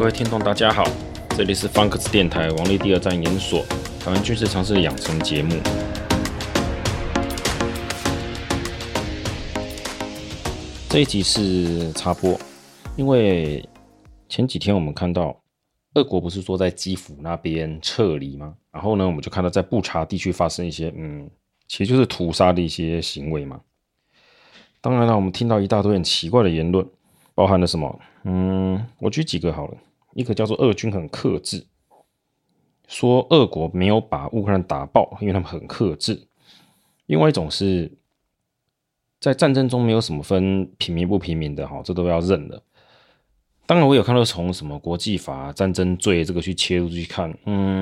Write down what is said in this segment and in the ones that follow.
各位听众大家好，这里是方克斯电台王力第二战研所台湾军事常识的养成节目。这一集是插播，因为前几天我们看到俄国不是说在基辅那边撤离吗？然后呢，我们就看到在布查地区发生一些其实就是屠杀的一些行为嘛。当然了，我们听到一大堆很奇怪的言论，包含了什么？我举几个好了。一个叫做俄军很克制，说俄国没有把乌克兰打爆，因为他们很克制。另外一种是在战争中没有什么分平民不平民的，这都要认的。当然我有看到从什么国际法、战争罪这个去切入去看，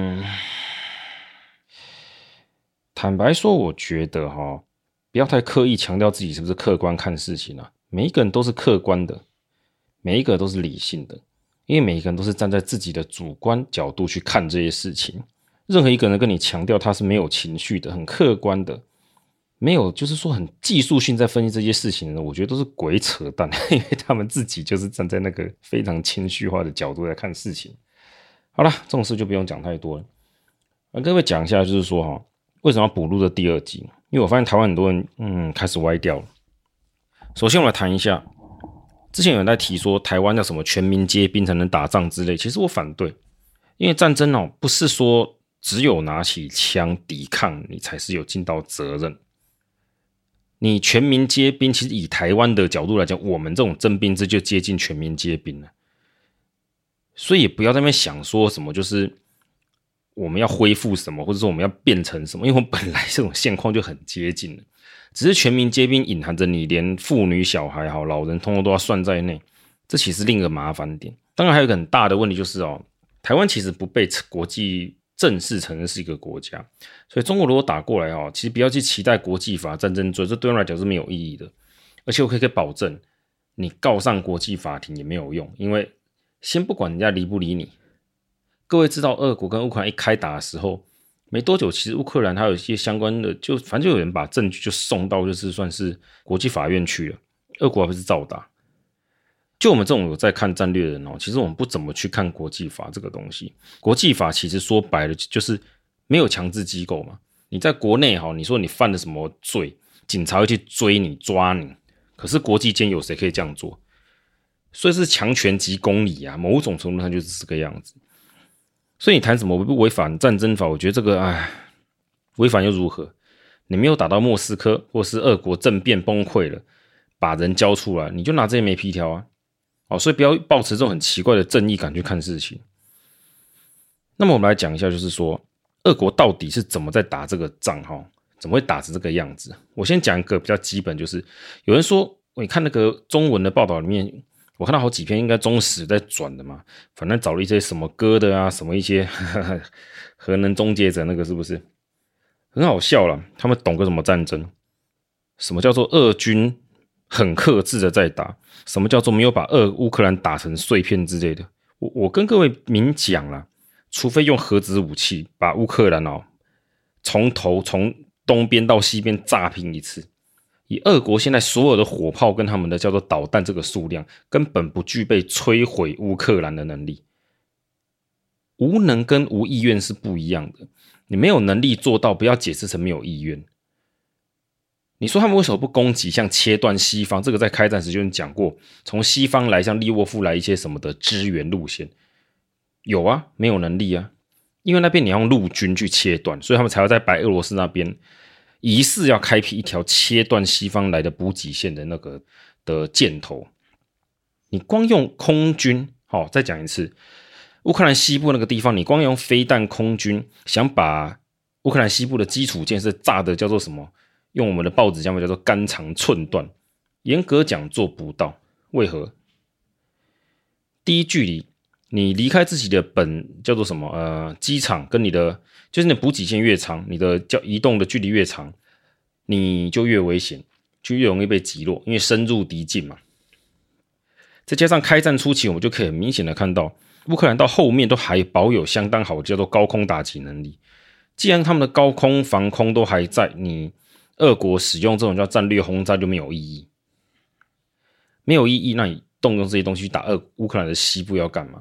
坦白说我觉得不要太刻意强调自己是不是客观看事情啊，每一个人都是客观的，每一个都是理性的，因为每一个人都是站在自己的主观角度去看这些事情。任何一个人跟你强调他是没有情绪的，很客观的，没有就是说很技术性在分析这些事情的，我觉得都是鬼扯淡，因为他们自己就是站在那个非常情绪化的角度来看事情。好啦，这种事就不用讲太多了。跟各位讲一下，就是说为什么要补录这第二集？因为我发现台湾很多人开始歪掉了。首先我来谈一下，之前有人在提说台湾要什么全民皆兵才能打仗之类，其实我反对，因为战争不是说只有拿起枪抵抗你才是有尽到责任。你全民皆兵，其实以台湾的角度来讲，我们这种征兵制就接近全民皆兵了。所以也不要在那边想说什么就是我们要恢复什么，或者说我们要变成什么，因为我们本来这种现况就很接近了。只是全民皆兵隐含着你连妇女小孩老人通通都要算在内，这其实另一个麻烦点。当然还有一个很大的问题就是台湾其实不被国际正式承认是一个国家，所以中国如果打过来其实不要去期待国际法、战争罪，这对我来讲是没有意义的。而且我可以保证，你告上国际法庭也没有用，因为先不管人家理不理你，各位知道俄国跟乌克兰一开打的时候，没多久，其实乌克兰它有一些相关的，反正就有人把证据就送到就是算是国际法院去了，俄国还不是照打。就我们这种有在看战略的人其实我们不怎么去看国际法这个东西。国际法其实说白了就是没有强制机构嘛。你在国内你说你犯了什么罪，警察会去追你抓你，可是国际间有谁可以这样做？所以是强权及公理啊，某种程度上就是这个样子。所以你谈什么违反战争法，我觉得这个违反又如何？你没有打到莫斯科，或是俄国政变崩溃了，把人交出来，你就拿这些没皮条啊。所以不要抱持这种很奇怪的正义感去看事情。那么我们来讲一下，就是说俄国到底是怎么在打这个仗怎么会打成这个样子？我先讲一个比较基本，就是有人说你看那个中文的报道里面，我看到好几篇应该中时在转的嘛，反正找了一些什么歌的什么一些核能终结者那个是不是很好笑啦？他们懂个什么战争？什么叫做俄军很克制的在打？什么叫做没有把乌克兰打成碎片之类的？我跟各位明讲啦，除非用核子武器把乌克兰从东边到西边炸平一次。以俄国现在所有的火炮跟他们的叫做导弹这个数量，根本不具备摧毁乌克兰的能力。无能跟无意愿是不一样的，你没有能力做到，不要解释成没有意愿。你说他们为什么不攻击像切断西方，这个在开战时就讲过，从西方来像利沃夫来一些什么的支援路线？有啊，没有能力啊，因为那边你要用陆军去切断，所以他们才要在白俄罗斯那边疑似要开辟一条切断西方来的补给线的那个的箭头。你光用空军，再讲一次，乌克兰西部那个地方，你光用飞弹空军想把乌克兰西部的基础建设炸的叫做什么？用我们的报纸讲法叫做肝肠寸断，严格讲做不到。为何？第一，距离你离开自己的叫做什么机场跟你的就是你的补给线越长，你的移动的距离越长，你就越危险，就越容易被击落，因为深入敌境嘛。再加上开战初期，我们就可以很明显的看到，乌克兰到后面都还保有相当好的叫做高空打击能力。既然他们的高空防空都还在，你俄国使用这种叫战略轰炸就没有意义，没有意义。那你动用这些东西去打乌克兰的西部要干嘛？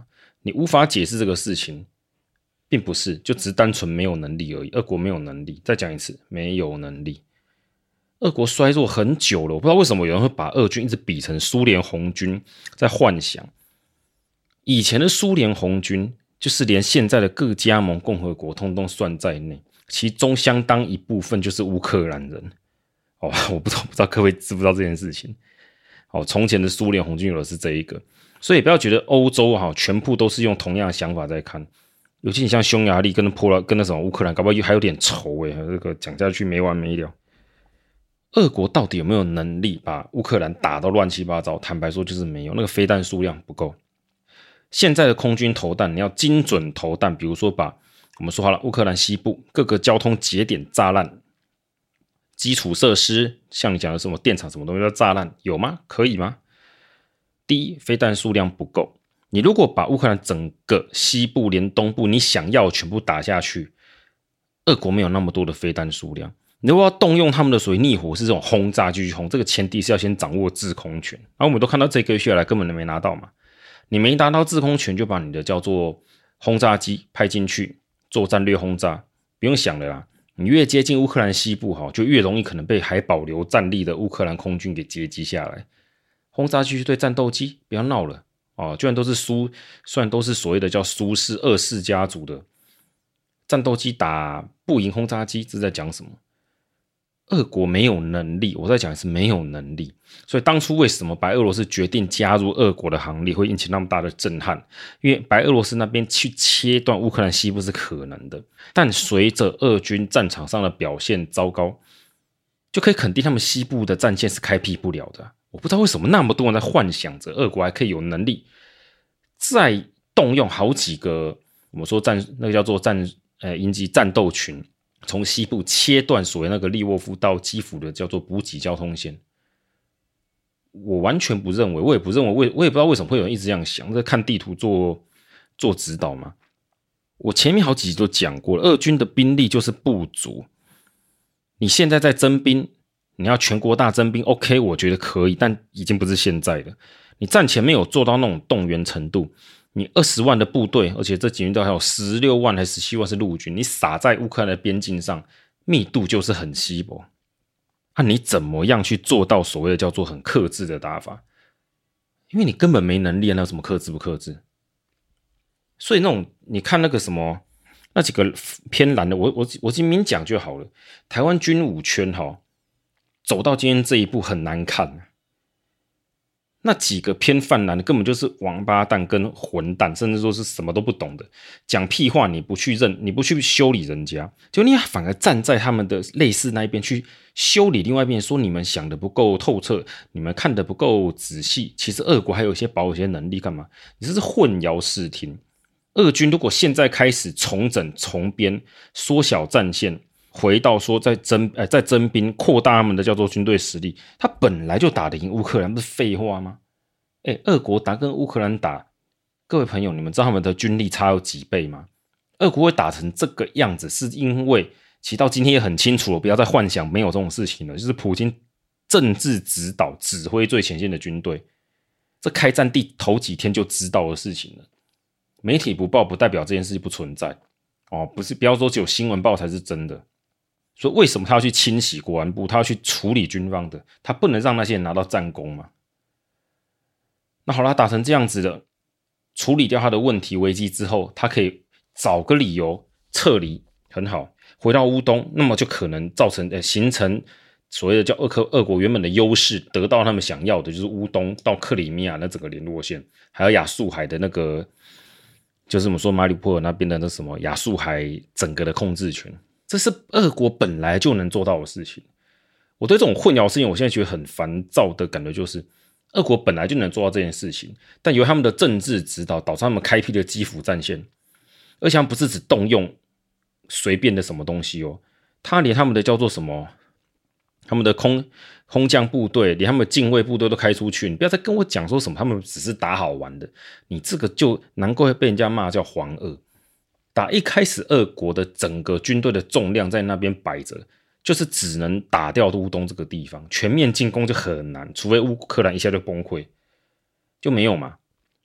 你无法解释这个事情，并不是就只是单纯没有能力而已。俄国没有能力，再讲一次，没有能力。俄国衰弱很久了，我不知道为什么有人会把俄军一直比成苏联红军，在幻想以前的苏联红军就是连现在的各加盟共和国通通算在内，其中相当一部分就是乌克兰人。我不知道各位知不知道这件事情。从前的苏联红军有的是这一个，所以不要觉得欧洲全部都是用同样的想法在看。尤其你像匈牙利跟那什么乌克兰，搞不好还有点仇这个讲下去没完没了。俄国到底有没有能力把乌克兰打到乱七八糟？坦白说就是没有，那个飞弹数量不够。现在的空军投弹，你要精准投弹，比如说把我们说好了，乌克兰西部各个交通节点炸烂，基础设施像你讲的什么电厂什么东西要炸烂，有吗？可以吗？第一，飞弹数量不够。你如果把乌克兰整个西部连东部你想要全部打下去，俄国没有那么多的飞弹数量。你如果要动用他们的所谓逆火是这种轰炸继续轰，这个前提是要先掌握制空权。然后我们都看到这个月下来根本都没拿到嘛，你没拿到制空权就把你的叫做轰炸机派进去做战略轰炸，不用想了啦。你越接近乌克兰西部就越容易可能被还保留战力的乌克兰空军给截击下来。轰炸机去对战斗机，不要闹了虽然都是所谓的叫苏式二世家族的战斗机打不赢轰炸机，这是在讲什么？俄国没有能力，我在讲的是没有能力，所以当初为什么白俄罗斯决定加入俄国的行列会引起那么大的震撼？因为白俄罗斯那边去切断乌克兰西部是可能的，但随着俄军战场上的表现糟糕，就可以肯定他们西部的战线是开辟不了的。我不知道为什么那么多人在幻想着俄国还可以有能力再动用好几个我们说那个叫做营级战斗群，从西部切断所谓那个利沃夫到基辅的叫做补给交通线。我完全不认为，我也不知道为什么会有人一直这样想，在看地图做指导嘛。我前面好几集都讲过了，俄军的兵力就是不足。你现在在征兵，你要全国大征兵 OK 我觉得可以，但已经不是现在了。你战前没有做到那种动员程度，你20万的部队，而且这几年都还有16万还是17万是陆军，你撒在乌克兰的边境上，密度就是很稀薄。你怎么样去做到所谓的叫做很克制的打法？因为你根本没能力，那有什么克制不克制？所以那种你看那个什么那几个偏蓝的，我今明讲就好了。台湾军武圈走到今天这一步很难看。那几个偏泛蓝的根本就是王八蛋跟混蛋，甚至说是什么都不懂的，讲屁话你不去修理人家，就你反而站在他们的类似那一边去修理另外一边，说你们想的不够透彻，你们看的不够仔细。其实俄国还有一些能力干嘛？你这是混淆视听。俄军如果现在开始重整重编，缩小战线，回到说在征兵扩大他们的叫做军队实力，他本来就打得赢乌克兰，不是废话吗？俄国打跟乌克兰打，各位朋友，你们知道他们的军力差有几倍吗？俄国会打成这个样子，是因为其实到今天也很清楚了，不要再幻想没有这种事情了，就是普京政治指导指挥最前线的军队，这开战第头几天就知道的事情了。媒体不报不代表这件事情不存在不要说只有新闻报才是真的。所以为什么他要去清洗国安部，他要去处理军方的，他不能让那些人拿到战功嘛？那好啦，打成这样子的，处理掉他的问题危机之后，他可以找个理由撤离，很好，回到乌东，那么就可能形成所谓的叫俄国原本的优势，得到他们想要的，就是乌东到克里米亚那整个联络线，还有亚速海的那个，就是我们说马里波尔那边的那什么亚速海整个的控制权。这是俄国本来就能做到的事情。我对这种混淆事情，我现在觉得很烦躁的感觉就是，俄国本来就能做到这件事情，但由他们的政治指导导致他们开辟了基辅战线，而且他们不是只动用随便的什么东西他连他们的叫做什么，他们的空降部队，连他们的近卫部队都开出去。你不要再跟我讲说什么他们只是打好玩的，你这个就难怪会被人家骂叫黄俄。打一开始俄国的整个军队的重量在那边摆着，就是只能打掉乌东这个地方，全面进攻就很难，除非乌克兰一下就崩溃，就没有嘛。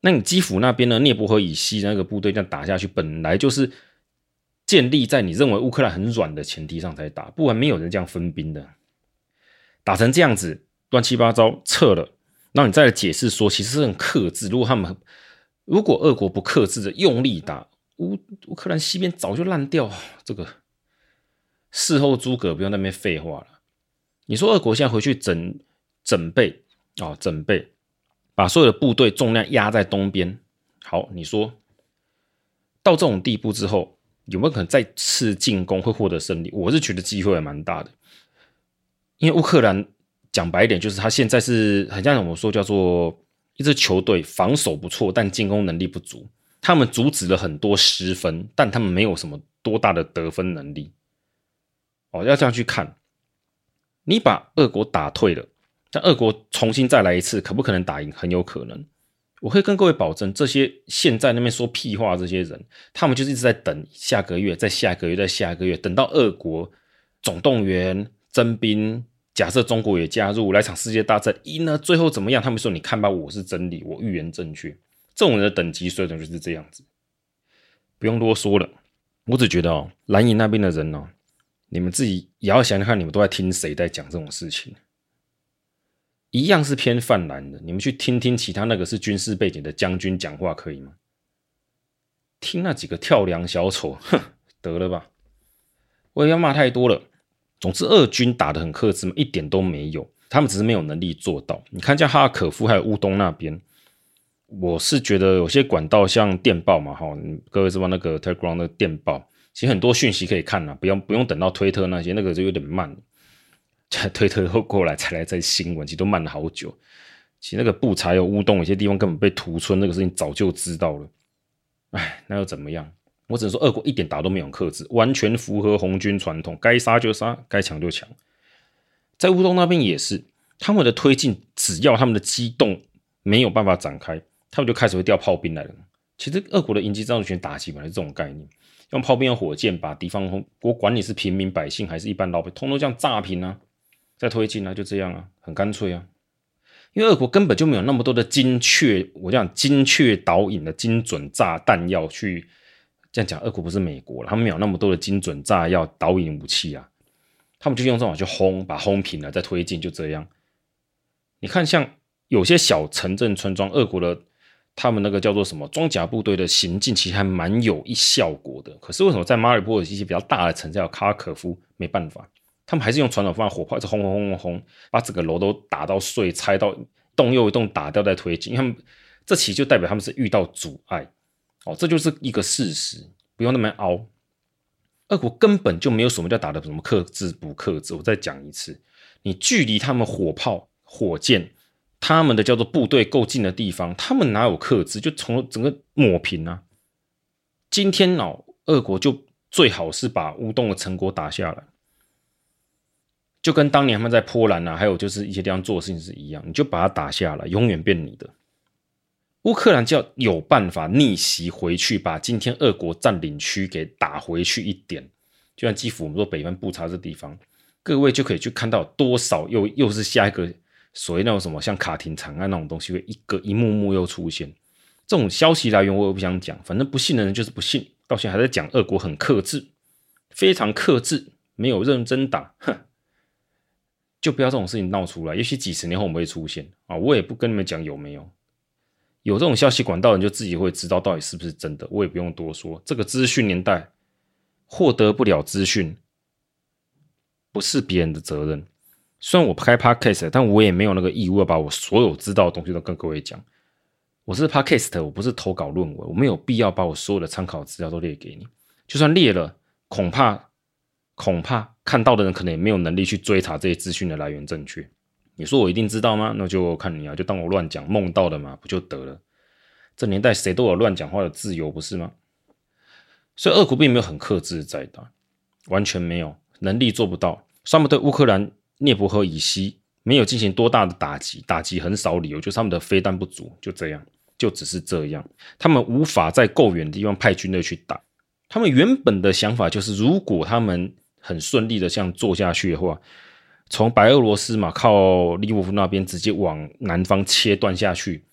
那你基辅那边呢？涅伯河以西那个部队这样打下去，本来就是建立在你认为乌克兰很软的前提上才打，不然没有人这样分兵的。打成这样子，乱七八糟撤了，然后你再来解释说，其实是很克制。如果俄国不克制的用力打，乌克兰西边早就烂掉。这个事后诸葛不用那边废话了。你说俄国现在回去整备，把所有的部队重量压在东边。好，你说到这种地步之后，有没有可能再次进攻会获得胜利？我是觉得机会还蛮大的，因为乌克兰讲白一点，就是他现在是很像我们说叫做一支球队防守不错，但进攻能力不足。他们阻止了很多失分，但他们没有什么多大的得分能力。要这样去看，你把俄国打退了，但俄国重新再来一次，可不可能打赢？很有可能。我可以跟各位保证，这些现在那边说屁话这些人，他们就是一直在等下个月，再下个月，再下个月，等到俄国总动员征兵，假设中国也加入来场世界大战，赢了最后怎么样？他们说你看吧，我是真理，我预言正确。这种人的等级水准就是这样子，不用多说了。我只觉得蓝营那边的人你们自己也要想想看，你们都在听谁在讲这种事情。一样是偏泛蓝的，你们去听听其他那个是军事背景的将军讲话可以吗？听那几个跳梁小丑，得了吧！我也要骂太多了。总之，俄军打得很克制，一点都没有，他们只是没有能力做到。你看，像哈尔可夫还有乌东那边，我是觉得有些管道像电报嘛，各位知道那个 Telegram 的电报，其实很多讯息可以看不用等到推特那些，那个就有点慢。推特后过来才来在新闻，其实都慢了好久。其实那个布查有乌东有些地方根本被屠村，那个事情早就知道了。那又怎么样？我只能说俄国一点打都没有克制，完全符合红军传统，该杀就杀，该抢就抢。在乌东那边也是，他们的推进只要他们的机动没有办法展开，他们就开始会调炮兵来了。其实俄国的营级战术权打击本来是这种概念，用炮兵和火箭把敌方，我管你是平民百姓还是一般老百姓，通通这样炸平啊，再推进啊，就这样啊，很干脆啊。因为俄国根本就没有那么多的精确导引的精准炸弹药去，这样讲，俄国不是美国了，他们没有那么多的精准炸药导引武器啊，他们就用这种去轰，把轰平了再推进，就这样。你看，像有些小城镇村庄，俄国的他们那个叫做什么装甲部队的行进，其实还蛮有效果的。可是为什么在马尔波尔一些比较大的城市，叫卡尔可夫，没办法？他们还是用传统方法火炮一直轰，把整个楼都打到碎，拆到栋又一栋打掉再推进。因为他们这其实就代表他们是遇到阻碍，这就是一个事实，不用那么凹。俄国根本就没有什么叫打的什么克制不克制。我再讲一次，你距离他们火炮、火箭，他们的叫做部队够近的地方，他们哪有克制？就从整个抹平啊！今天俄国就最好是把乌东的成果打下来。就跟当年他们在波兰还有就是一些地方做的事情是一样，你就把它打下来，永远变你的。乌克兰就要有办法逆袭回去，把今天俄国占领区给打回去一点。就像基辅，我们说北方布查这地方，各位就可以去看到多少又是下一个所谓那种什么像卡廷惨案那种东西，会一幕幕又出现。这种消息来源我也不想讲，反正不信的人就是不信，到现在还在讲俄国很克制，非常克制，没有认真打，就不要这种事情闹出来，也许几十年后我们会出现我也不跟你们讲有没有，有这种消息管道，人就自己会知道到底是不是真的，我也不用多说。这个资讯年代，获得不了资讯不是别人的责任。虽然我开 podcast， 但我也没有那个义务要把我所有知道的东西都跟各位讲。我是 podcast， 我不是投稿论文，我没有必要把我所有的参考资料都列给你。就算列了，恐怕看到的人可能也没有能力去追查这些资讯的来源正确。你说我一定知道吗？那就看你就当我乱讲，梦到的嘛，不就得了？这年代谁都有乱讲话的自由，不是吗？所以俄国并没有很克制在打，完全没有能力做不到。他们对乌克兰涅伯河以西没有进行多大的打击很少，理由就是他们的飞弹不足，就这样，就只是这样。他们无法在够远的地方派军队去打。他们原本的想法就是，如果他们很顺利的这样做下去的话，从白俄罗斯嘛靠利沃夫那边直接往南方切断下去，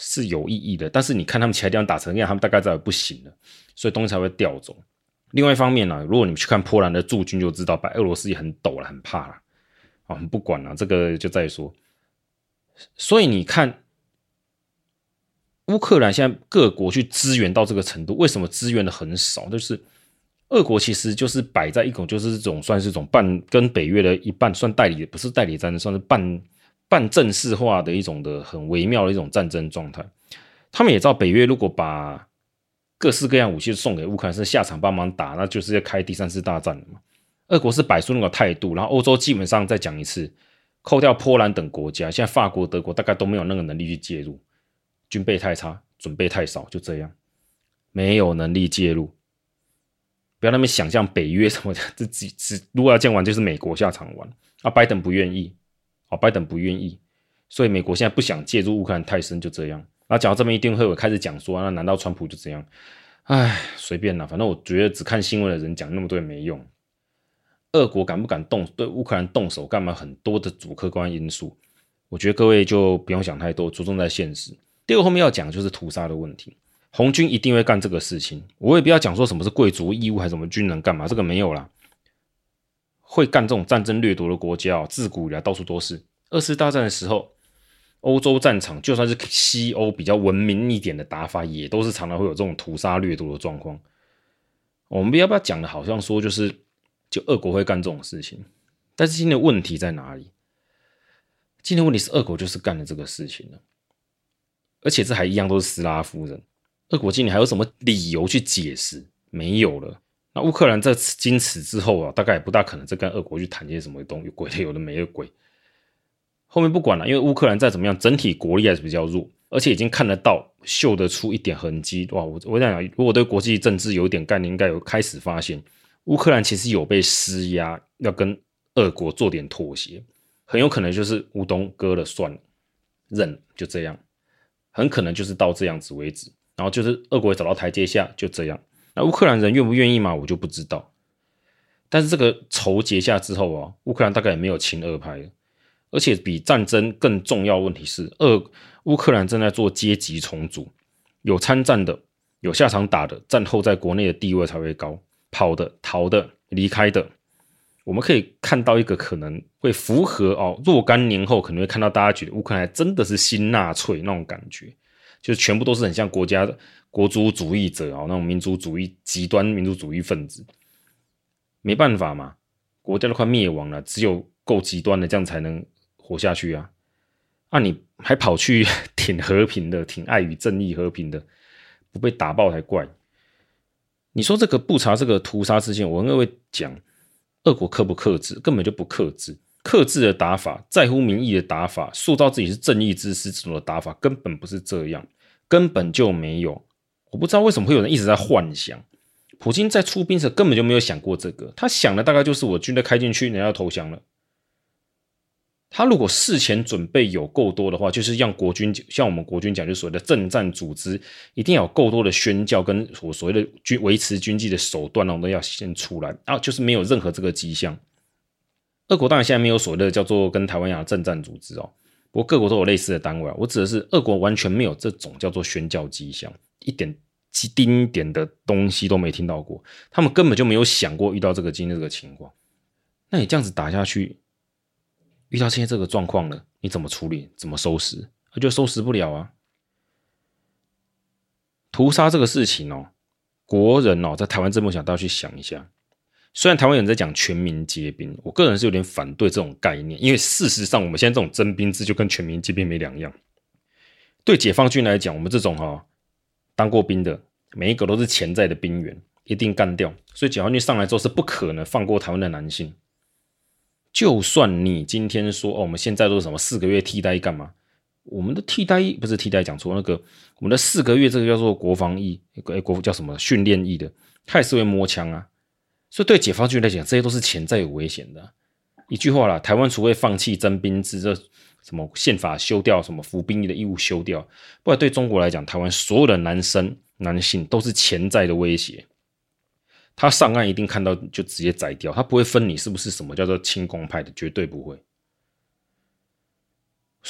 是有意义的，但是你看他们其他地方打成这样，他们大概知道不行了，所以东西才会调走。另外一方面呢，如果你们去看波兰的驻军就知道，俄罗斯也很抖了，很怕了，很不管了，这个就再说。所以你看，乌克兰现在各国去支援到这个程度，为什么支援的很少？就是俄国其实就是摆在一种就是这种算是一种跟北约的一半算代理，不是代理战争，算是半正式化的一种的很微妙的一种战争状态。他们也知道北约如果把各式各样武器送给乌克兰，是下场帮忙打，那就是要开第三次大战了嘛。俄国是摆出那个态度，然后欧洲基本上再讲一次，扣掉波兰等国家，现在法国、德国大概都没有那个能力去介入，军备太差，准备太少，就这样，没有能力介入。不要那么想象北约什么的，如果要这样玩，就是美国下场玩啊。拜登不愿意，拜登不愿意，所以美国现在不想介入乌克兰太深，就这样。然后讲到这边一定会有开始讲说，那难道川普就这样？哎，随便啦，反正我觉得只看新闻的人讲那么多也没用。俄国敢不敢对乌克兰动手，干嘛很多的主客观因素，我觉得各位就不用想太多，着重在现实。第二个后面要讲就是屠杀的问题，红军一定会干这个事情，我也不要讲说什么是贵族义务还是什么军人干嘛，这个没有啦。会干这种战争掠夺的国家自古以来到处都是。二次大战的时候，欧洲战场就算是西欧比较文明一点的打法，也都是常常会有这种屠杀掠夺的状况。我们要不要讲的好像说就俄国会干这种事情，但是今天的问题在哪里？今天的问题是俄国就是干了这个事情了，而且这还一样都是斯拉夫人。俄国今年还有什么理由去解释？没有了。那乌克兰在经此之后大概也不大可能再跟俄国去谈些什么东西，鬼的有的没的鬼。后面不管了，因为乌克兰再怎么样，整体国力还是比较弱，而且已经看得到、嗅得出一点痕迹。哇，我想如果对国际政治有一点概念，应该有开始发现，乌克兰其实有被施压，要跟俄国做点妥协，很有可能就是乌东割了算了，认了就这样，很可能就是到这样子为止。然后就是俄国也找到台阶下，就这样。那乌克兰人愿不愿意嘛？我就不知道。但是这个仇结下之后乌克兰大概也没有亲俄派了。而且比战争更重要的问题是，乌克兰正在做阶级重组，有参战的，有下场打的，战后在国内的地位才会高，跑的、逃的、离开的，我们可以看到一个可能会符合若干年后可能会看到大家觉得乌克兰真的是新纳粹那种感觉，就是全部都是很像国族主义者那种民族主义极端民族主义分子。没办法嘛，国家都快灭亡了，只有够极端的这样才能活下去啊！你还跑去挺和平的，挺爱与正义和平的，不被打爆才怪。你说这个布查这个屠杀事件，我应该会讲，俄国克不克制？根本就不克制。克制的打法，在乎民意的打法，塑造自己是正义之师这种的打法，根本不是这样，根本就没有。我不知道为什么会有人一直在幻想，普京在出兵时根本就没有想过这个，他想的大概就是我军队开进去，人家要投降了。他如果事前准备有够多的话，就是像我们国军讲，就所谓的政战组织，一定要有够多的宣教跟所谓的维持军纪的手段都要先出来就是没有任何这个迹象。俄国当然现在没有所谓的叫做跟台湾一样的政战组织不过各国都有类似的单位我指的是俄国完全没有这种叫做宣教迹象，一点丁点的东西都没听到过，他们根本就没有想过遇到今天这个情况。那你这样子打下去，遇到现在这个状况了，你怎么处理？怎么收拾？就收拾不了啊！屠杀这个事情国人在台湾这么想都要去想一下。虽然台湾人在讲全民皆兵，我个人是有点反对这种概念，因为事实上我们现在这种征兵制就跟全民皆兵没两样。对解放军来讲，我们这种当过兵的，每一个都是潜在的兵员，一定干掉。所以解放军上来之后是不可能放过台湾的男性。就算你今天说我们现在都是什么4个月替代役干嘛？我们的替代役不是替代役讲错，我们的4个月这个叫做国防役，叫什么训练役的，他也是会摸枪啊。所以对解放军来讲，这些都是潜在有危险的一句话啦，台湾除非放弃征兵制，这什么宪法修掉，什么服兵役的义务修掉，不然对中国来讲，台湾所有的男性都是潜在的威胁。他上岸一定看到就直接宰掉，他不会分你是不是什么叫做亲共派的，绝对不会。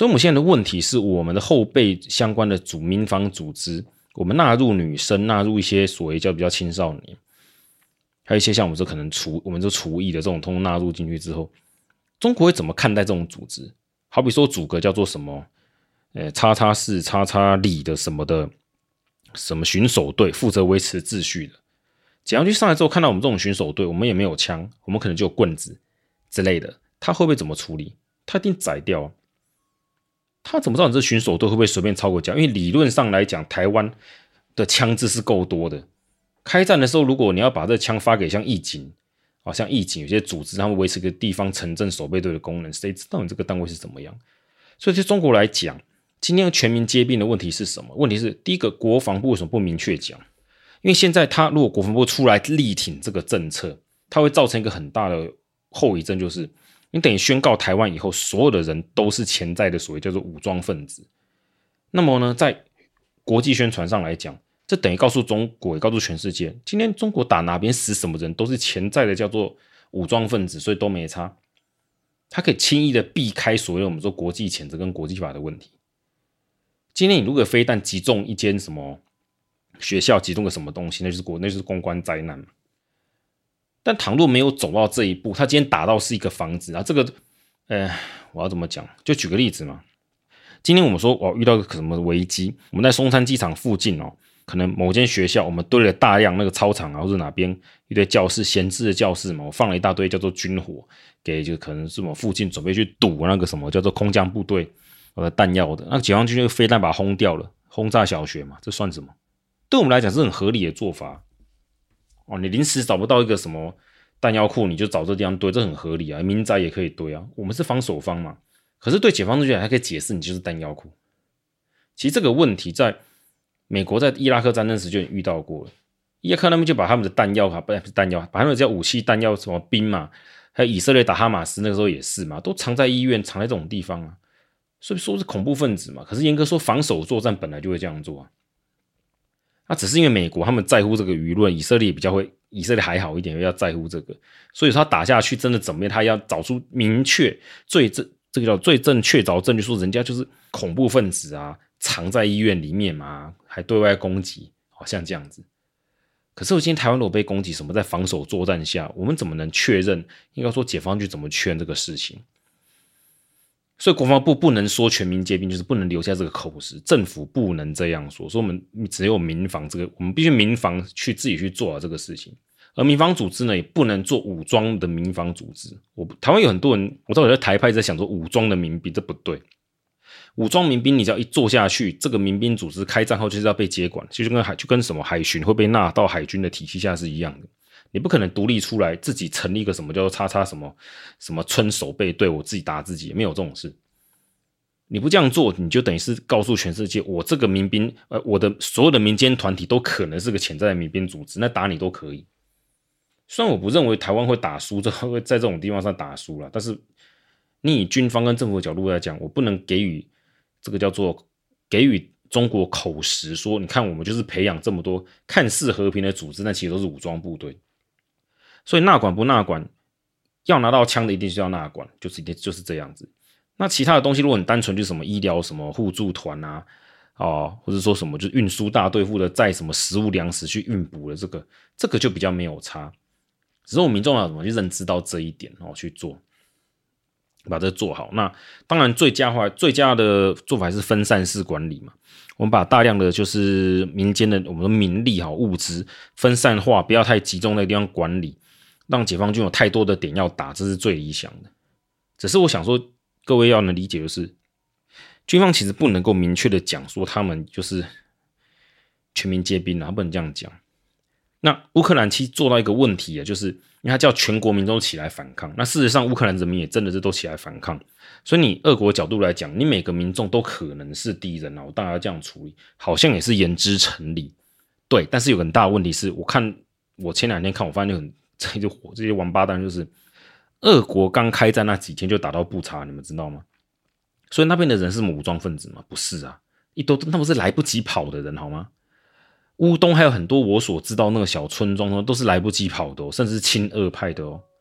所以我们现在的问题是，我们的后备相关的民防组织，我们纳入女生，纳入一些所谓叫比较青少年，还有一些像我们说可能我们说厨艺的这种通通纳入进去之后，中国会怎么看待这种组织？好比说组个叫做什么叉叉市叉叉里的什么的什么巡守队，负责维持秩序的，解放军上来之后看到我们这种巡守队，我们也没有枪，我们可能就有棍子之类的，他会不会怎么处理？他一定宰掉啊。他怎么知道你这巡守队会不会随便超过家？因为理论上来讲，台湾的枪支是够多的。开战的时候，如果你要把这枪发给像义警，像义警有些组织，他们维持一个地方城镇守备队的功能，谁知道你这个单位是怎么样？所以对中国来讲，今天全民皆兵的问题是什么？问题是第一个，国防部为什么不明确讲？因为现在他如果国防部出来力挺这个政策，它会造成一个很大的后遗症，就是你等于宣告台湾以后，所有的人都是潜在的所谓叫做武装分子。那么呢，在国际宣传上来讲，这等于告诉中国，也告诉全世界，今天中国打哪边死什么人，都是潜在的叫做武装分子，所以都没差。他可以轻易的避开所谓我们说国际谴责跟国际法的问题。今天你如果飞弹击中一间什么学校，击中个什么东西，那就是公关灾难嘛。但倘若没有走到这一步，他今天打到是一个房子啊，这个，我要怎么讲？就举个例子嘛。今天我们说遇到个什么危机，我们在松山机场附近可能某间学校我们堆了大量那个操场或者哪边一堆教室闲置的教室嘛，我放了一大堆叫做军火，给就可能是我们附近准备去堵那个什么叫做空降部队弹药的，那解放军就飞弹把它轰掉了，轰炸小学嘛，这算什么？对我们来讲是很合理的做法。你临时找不到一个什么弹药库，你就找这地方堆，这很合理啊。民宅也可以堆啊，我们是防守方嘛。可是对解放军来讲，还可以解释你就是弹药库。其实这个问题在美国在伊拉克战争时就遇到过了，伊拉克那边就把他们的弹药不是弹药，把他们的叫武器弹药什么兵嘛，还有以色列打哈马斯那个时候也是嘛，都藏在医院，藏在这种地方啊。所以说是恐怖分子嘛。可是严格说，防守作战本来就会这样做啊。那只是因为美国他们在乎这个舆论，以色列比较会，以色列还好一点，要在乎这个，所以说他打下去真的怎么样，他要找出明确这个叫最正确凿证据，说人家就是恐怖分子啊，藏在医院里面嘛，还对外攻击，好像这样子。可是我今天台湾如果被攻击，什么在防守作战下，我们怎么能确认？应该说解放军怎么确认这个事情？所以国防部不能说全民皆兵，就是不能留下这个口实，政府不能这样说，说我们只有民防这个，我们必须民防去自己去做这个事情。而民防组织呢，也不能做武装的民防组织。台湾有很多人，我知道有些台派在想说武装的民兵，这不对。武装民兵，你只要一做下去，这个民兵组织开战后就是要被接管，就跟什么海巡会被纳到海军的体系下是一样的。你不可能独立出来自己成立一个什么叫做叉叉什么村守备队，我自己打自己，没有这种事。你不这样做，你就等于是告诉全世界，我这个民兵，我的所有的民间团体都可能是个潜在的民兵组织，那打你都可以。虽然我不认为台湾会打输，会在这种地方上打输了，但是你以军方跟政府的角度来讲，我不能给予这个叫做给予中国口实说，你看我们就是培养这么多看似和平的组织，但其实都是武装部队。所以纳管不纳管，要拿到枪的一定是要纳管，就是这样子。那其他的东西，如果很单纯，就是什么医疗什么互助团啊，或者说什么就是运输大队负责载什么食物粮食去运补的这个就比较没有差。只是我们民众要怎么去认知到这一点去做，把这做好。那当然最佳的做法还是分散式管理嘛。我们把大量的就是民间的我们的民力物资分散化，不要太集中在地方管理，让解放军有太多的点要打，这是最理想的。只是我想说，各位要能理解的是，军方其实不能够明确的讲说他们就是全民皆兵不能这样讲。那乌克兰其实做到一个问题就是因为他叫全国民众起来反抗，那事实上乌克兰人民也真的是都起来反抗，所以你俄国角度来讲，你每个民众都可能是敌人我当然要这样处理，好像也是言之成理。对，但是有个很大的问题是，我前两天看，我发现这些王八蛋就是俄国刚开战那几天就打到布查，你们知道吗？所以那边的人是武装分子吗？不是啊，他们是来不及跑的人好吗？乌东还有很多我所知道那个小村庄都是来不及跑的甚至是亲俄派的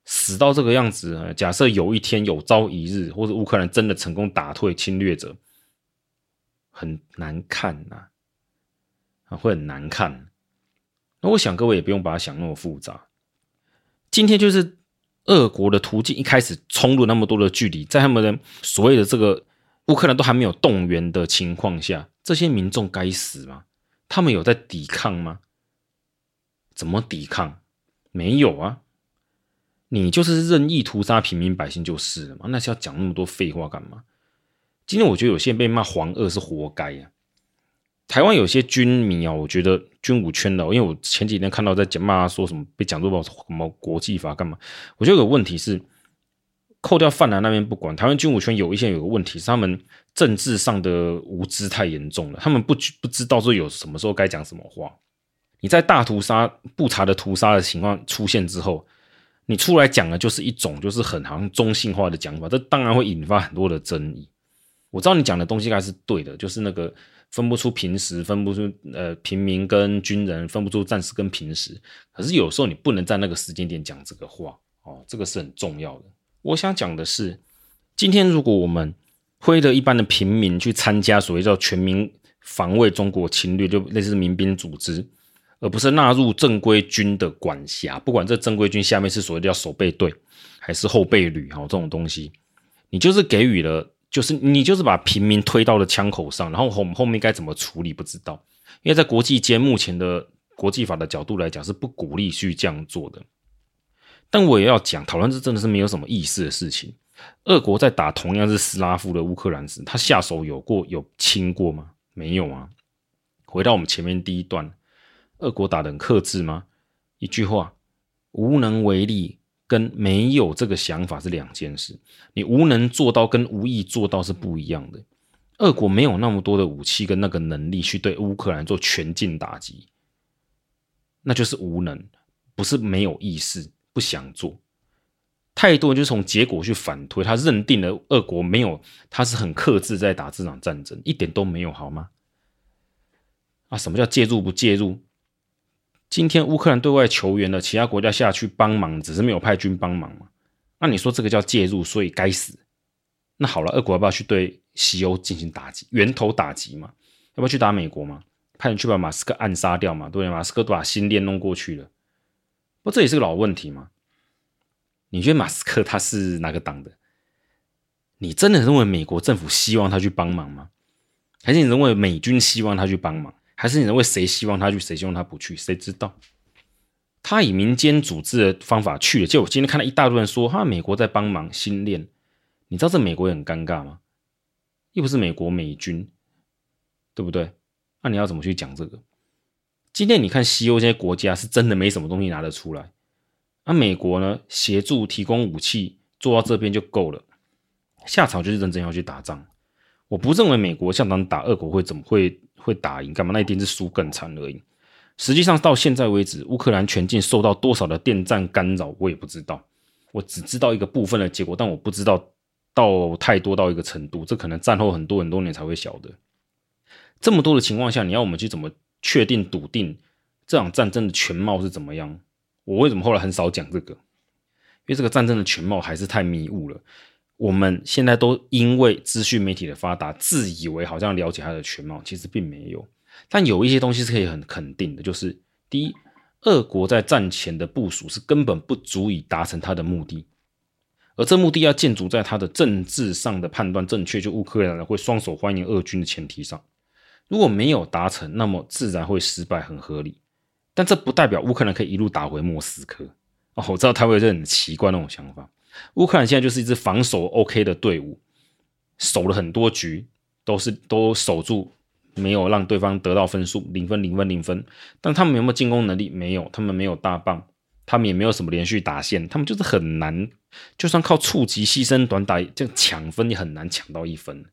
死到这个样子，假设有一天有朝一日，或者乌克兰真的成功打退侵略者，很难看会很难看。那我想各位也不用把它想那么复杂。今天就是俄国的途径一开始冲入那么多的距离，在他们的所谓的这个乌克兰都还没有动员的情况下，这些民众该死吗？他们有在抵抗吗？怎么抵抗？没有啊，你就是任意屠杀平民百姓就是了嘛，那是要讲那么多废话干嘛？今天我觉得有些人被骂黄俄是活该啊。台湾有些军迷我觉得军武圈的，因为我前几天看到在骂说什么被讲作什么国际法干嘛，我觉得有个问题是，扣掉泛蓝那边不管，台湾军武圈有个问题是他们政治上的无知太严重了，他们不知道说有什么时候该讲什么话。你在大屠杀不查的屠杀的情况出现之后，你出来讲的就是一种就是很好像中性化的讲法，这当然会引发很多的争议。我知道你讲的东西应该是对的，就是那个分不出平时，分不出平民跟军人，分不出战士跟平时。可是有时候你不能在那个时间点讲这个话这个是很重要的。我想讲的是，今天如果我们挥着一般的平民去参加所谓叫全民防卫中国侵略，就类似民兵组织，而不是纳入正规军的管辖，不管这正规军下面是所谓的叫守备队还是后备旅这种东西，你就是给予了。你就是把平民推到了枪口上，然后后面该怎么处理不知道，因为在国际间目前的国际法的角度来讲是不鼓励去这样做的。但我也要讲，讨论这真的是没有什么意思的事情。俄国在打同样是斯拉夫的乌克兰时，他下手有轻过吗？没有啊。回到我们前面第一段，俄国打得很克制吗？一句话，无能为力跟没有这个想法是两件事，你无能做到跟无意做到是不一样的。俄国没有那么多的武器跟那个能力去对乌克兰做全境打击，那就是无能，不是没有意识，不想做。太多人就从结果去反推，他认定了俄国没有，他是很克制在打这场战争，一点都没有好吗？什么叫介入不介入？今天乌克兰对外求援了，其他国家下去帮忙，只是没有派军帮忙嘛？那你说这个叫介入，所以该死。那好了，俄国要不要去对西欧进行打击，源头打击嘛？要不要去打美国嘛？派人去把马斯克暗杀掉嘛？对不对？马斯克都把星链弄过去了，不，这也是个老问题嘛？你觉得马斯克他是哪个党的？你真的认为美国政府希望他去帮忙吗？还是你认为美军希望他去帮忙？还是你认为谁希望他去，谁希望他不去？谁知道？他以民间组织的方法去了，结果我今天看到一大堆人说，美国在帮忙新链，你知道这美国也很尴尬吗？又不是美国美军，对不对？那你要怎么去讲这个？今天你看西欧这些国家是真的没什么东西拿得出来，美国呢协助提供武器做到这边就够了，下场就是认真要去打仗。我不认为美国下场打俄国会打赢，干嘛？那一定是输更惨而已。实际上到现在为止，乌克兰全境受到多少的电战干扰，我也不知道。我只知道一个部分的结果，但我不知道到太多到一个程度，这可能战后很多年才会晓得。这么多的情况下，你要我们去怎么确定笃定这场战争的全貌是怎么样？我为什么后来很少讲这个？因为这个战争的全貌还是太迷雾了。我们现在都因为资讯媒体的发达，自以为好像了解它的全貌，其实并没有。但有一些东西是可以很肯定的，就是第一，俄国在战前的部署是根本不足以达成它的目的，而这目的要建筑在它的政治上的判断正确，就乌克兰人会双手欢迎俄军的前提上。如果没有达成，那么自然会失败，很合理。但这不代表乌克兰可以一路打回莫斯科。我知道他会有这很奇怪那种想法。乌克兰现在就是一支防守 OK 的队伍，守了很多局，都守住，没有让对方得到分数，0分0分0分。但他们有没有进攻能力？没有，他们没有大棒，他们也没有什么连续打线，他们就是很难，就算靠触及牺牲短打这样抢分也很难抢到1分。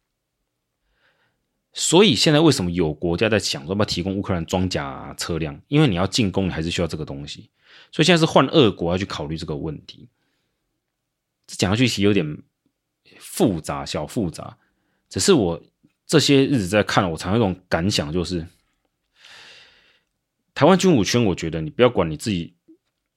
所以现在为什么有国家在想说要不要提供乌克兰装甲车辆？因为你要进攻，你还是需要这个东西。所以现在是换俄国要去考虑这个问题。这讲下去其实有点复杂，小复杂。只是我这些日子在看，我常有一种感想，就是台湾军武圈，我觉得你不要管你自己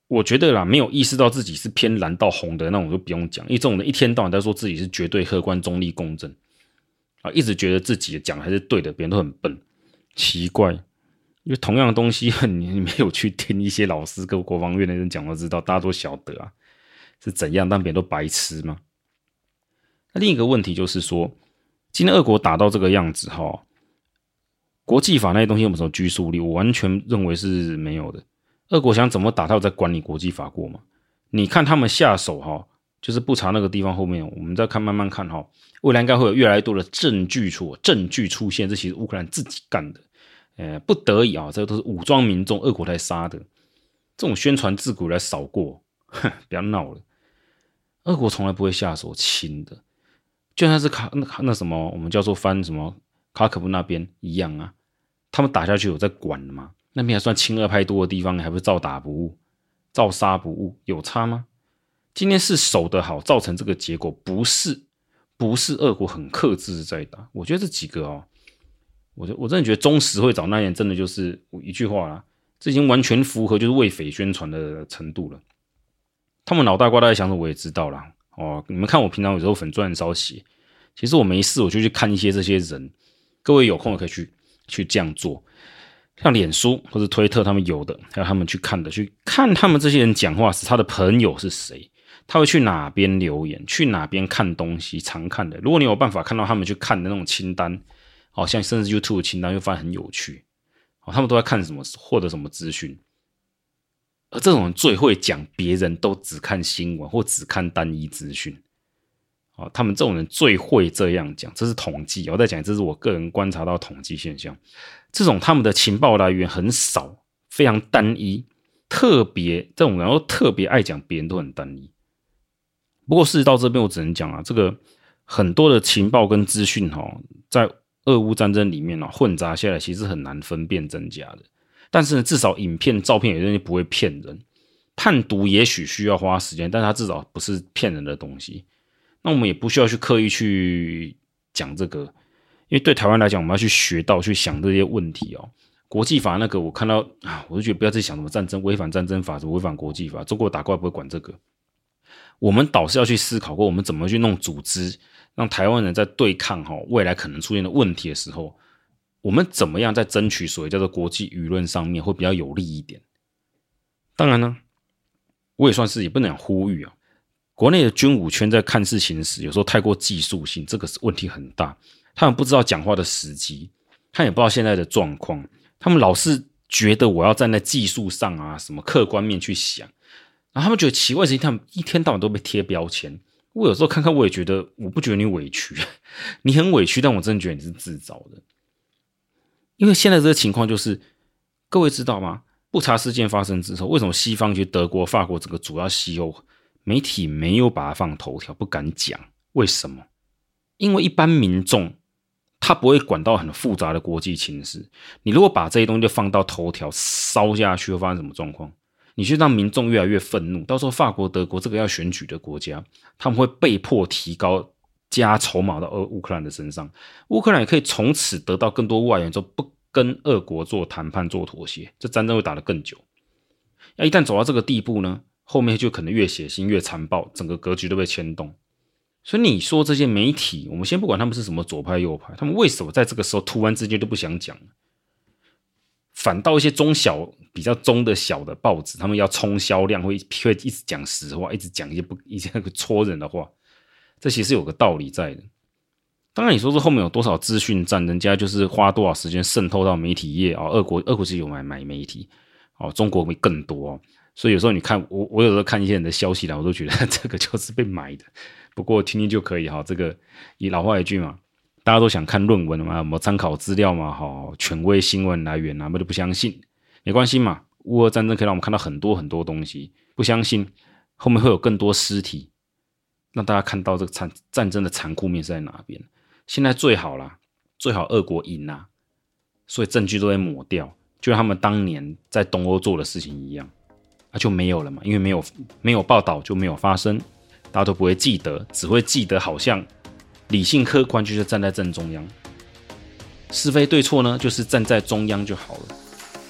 我觉得啦，没有意识到自己是偏蓝到红的那种就不用讲，因为这种人一天到晚在说自己是绝对客观、中立、公正啊，一直觉得自己讲的还是对的，别人都很笨，奇怪。因为同样的东西，你没有去听一些老师跟国防院的人讲都知道，大家都晓得啊是怎样，但别人都白痴嘛。那另一个问题就是说，今天俄国打到这个样子哈，国际法那些东西有没有什么拘束力？我完全认为是没有的。俄国想怎么打，他有在管理国际法过吗？你看他们下手哈，就是不查那个地方后面，我们再看慢慢看哈，未来应该会有越来越多的证据出现，这其实乌克兰自己干的，不得已啊，这都是武装民众，俄国才杀的，这种宣传自古以来少过，不要闹了。俄国从来不会下手轻的，就像是那什么，我们叫做翻什么卡可夫那边一样啊，他们打下去有在管的吗？那边还算亲俄派多的地方，还不是照打不误、照杀不误，有差吗？今天是守得好，造成这个结果，不是俄国很克制在打。我觉得这几个哦，我真的觉得中时会找那人真的就是一句话啦，这已经完全符合就是为匪宣传的程度了。他们脑袋瓜在想什么我也知道啦。哦，你们看我平常有时候粉专很少写，其实我没事我就去看一些这些人，各位有空也可以去这样做。像脸书或者推特他们有的，还有他们去看他们这些人讲话时他的朋友是谁，他会去哪边留言，去哪边看东西，常看的。如果你有办法看到他们去看的那种清单，像甚至 YouTube 的清单，会发现很有趣。他们都在看什么，获得什么资讯。而这种人最会讲别人都只看新闻或只看单一资讯。他们这种人最会这样讲，这是统计。我再讲，这是我个人观察到的统计现象。这种他们的情报来源很少，非常单一，这种人又特别爱讲别人都很单一。不过事实到这边，我只能讲啊，这个很多的情报跟资讯在俄乌战争里面混杂下来，其实很难分辨真假的。但是呢，至少影片、照片有些东西不会骗人。判读也许需要花时间，但它至少不是骗人的东西。那我们也不需要去刻意去讲这个，因为对台湾来讲，我们要去学到、去想这些问题哦。国际法那个我看到我就觉得不要再想什么战争、违反战争法、什么违反国际法，中国打过来不会管这个。我们倒是要去思考过，我们怎么去弄组织，让台湾人在对抗未来可能出现的问题的时候，我们怎么样在争取所谓叫做国际舆论上面会比较有利一点。当然呢，我也算是也不能讲呼吁啊。国内的军武圈在看事情时，有时候太过技术性，这个是问题很大。他们不知道讲话的时机，他也不知道现在的状况，他们老是觉得我要站在技术上啊，什么客观面去想，然后他们觉得奇怪的事情，他们一天到晚都被贴标签。我有时候看看，我也觉得，我不觉得你委屈，你很委屈，但我真的觉得你是自找的。因为现在这个情况就是，各位知道吗？布查事件发生之后，为什么西方德国、法国整个主要西欧媒体没有把它放头条，不敢讲？为什么？因为一般民众他不会管到很复杂的国际情势。你如果把这些东西就放到头条烧下去，会发生什么状况？你去让民众越来越愤怒，到时候法国、德国这个要选举的国家，他们会被迫提高加筹码到乌克兰的身上。乌克兰也可以从此得到更多外援，就不跟俄国做谈判、做妥协，这战争会打得更久。一旦走到这个地步呢，后面就可能越血腥、越残暴，整个格局都被牵动。所以你说这些媒体，我们先不管他们是什么左派右派，他们为什么在这个时候突然之间都不想讲？反倒一些中小比较中的小的报纸，他们要冲销量，会一直讲实话，一直讲一些戳人的话，这其实有个道理在的。当然你说这后面有多少资讯战，人家就是花多少时间渗透到媒体业俄国其实有买媒体中国会更多所以有时候你看我有时候看一些人的消息我都觉得这个就是被买的。不过听听就可以这个以老话一句嘛，大家都想看论文嘛，有没有参考资料嘛，权威新闻来源我们就不相信，没关系嘛，乌俄战争可以让我们看到很多很多东西，不相信后面会有更多尸体，让大家看到这个战争的残酷面是在哪边。现在最好啦，最好俄国赢啦，所以证据都会抹掉，就像他们当年在东欧做的事情一样就没有了嘛，因为没有报道就没有发生，大家都不会记得，只会记得好像理性客观就是站在正中央，是非对错呢就是站在中央就好了。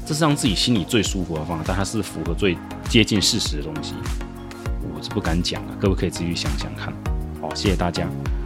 这是让自己心里最舒服的方法，但它是符合最接近事实的东西，我是不敢讲啊，各位可以自己去想想看。好，谢谢大家。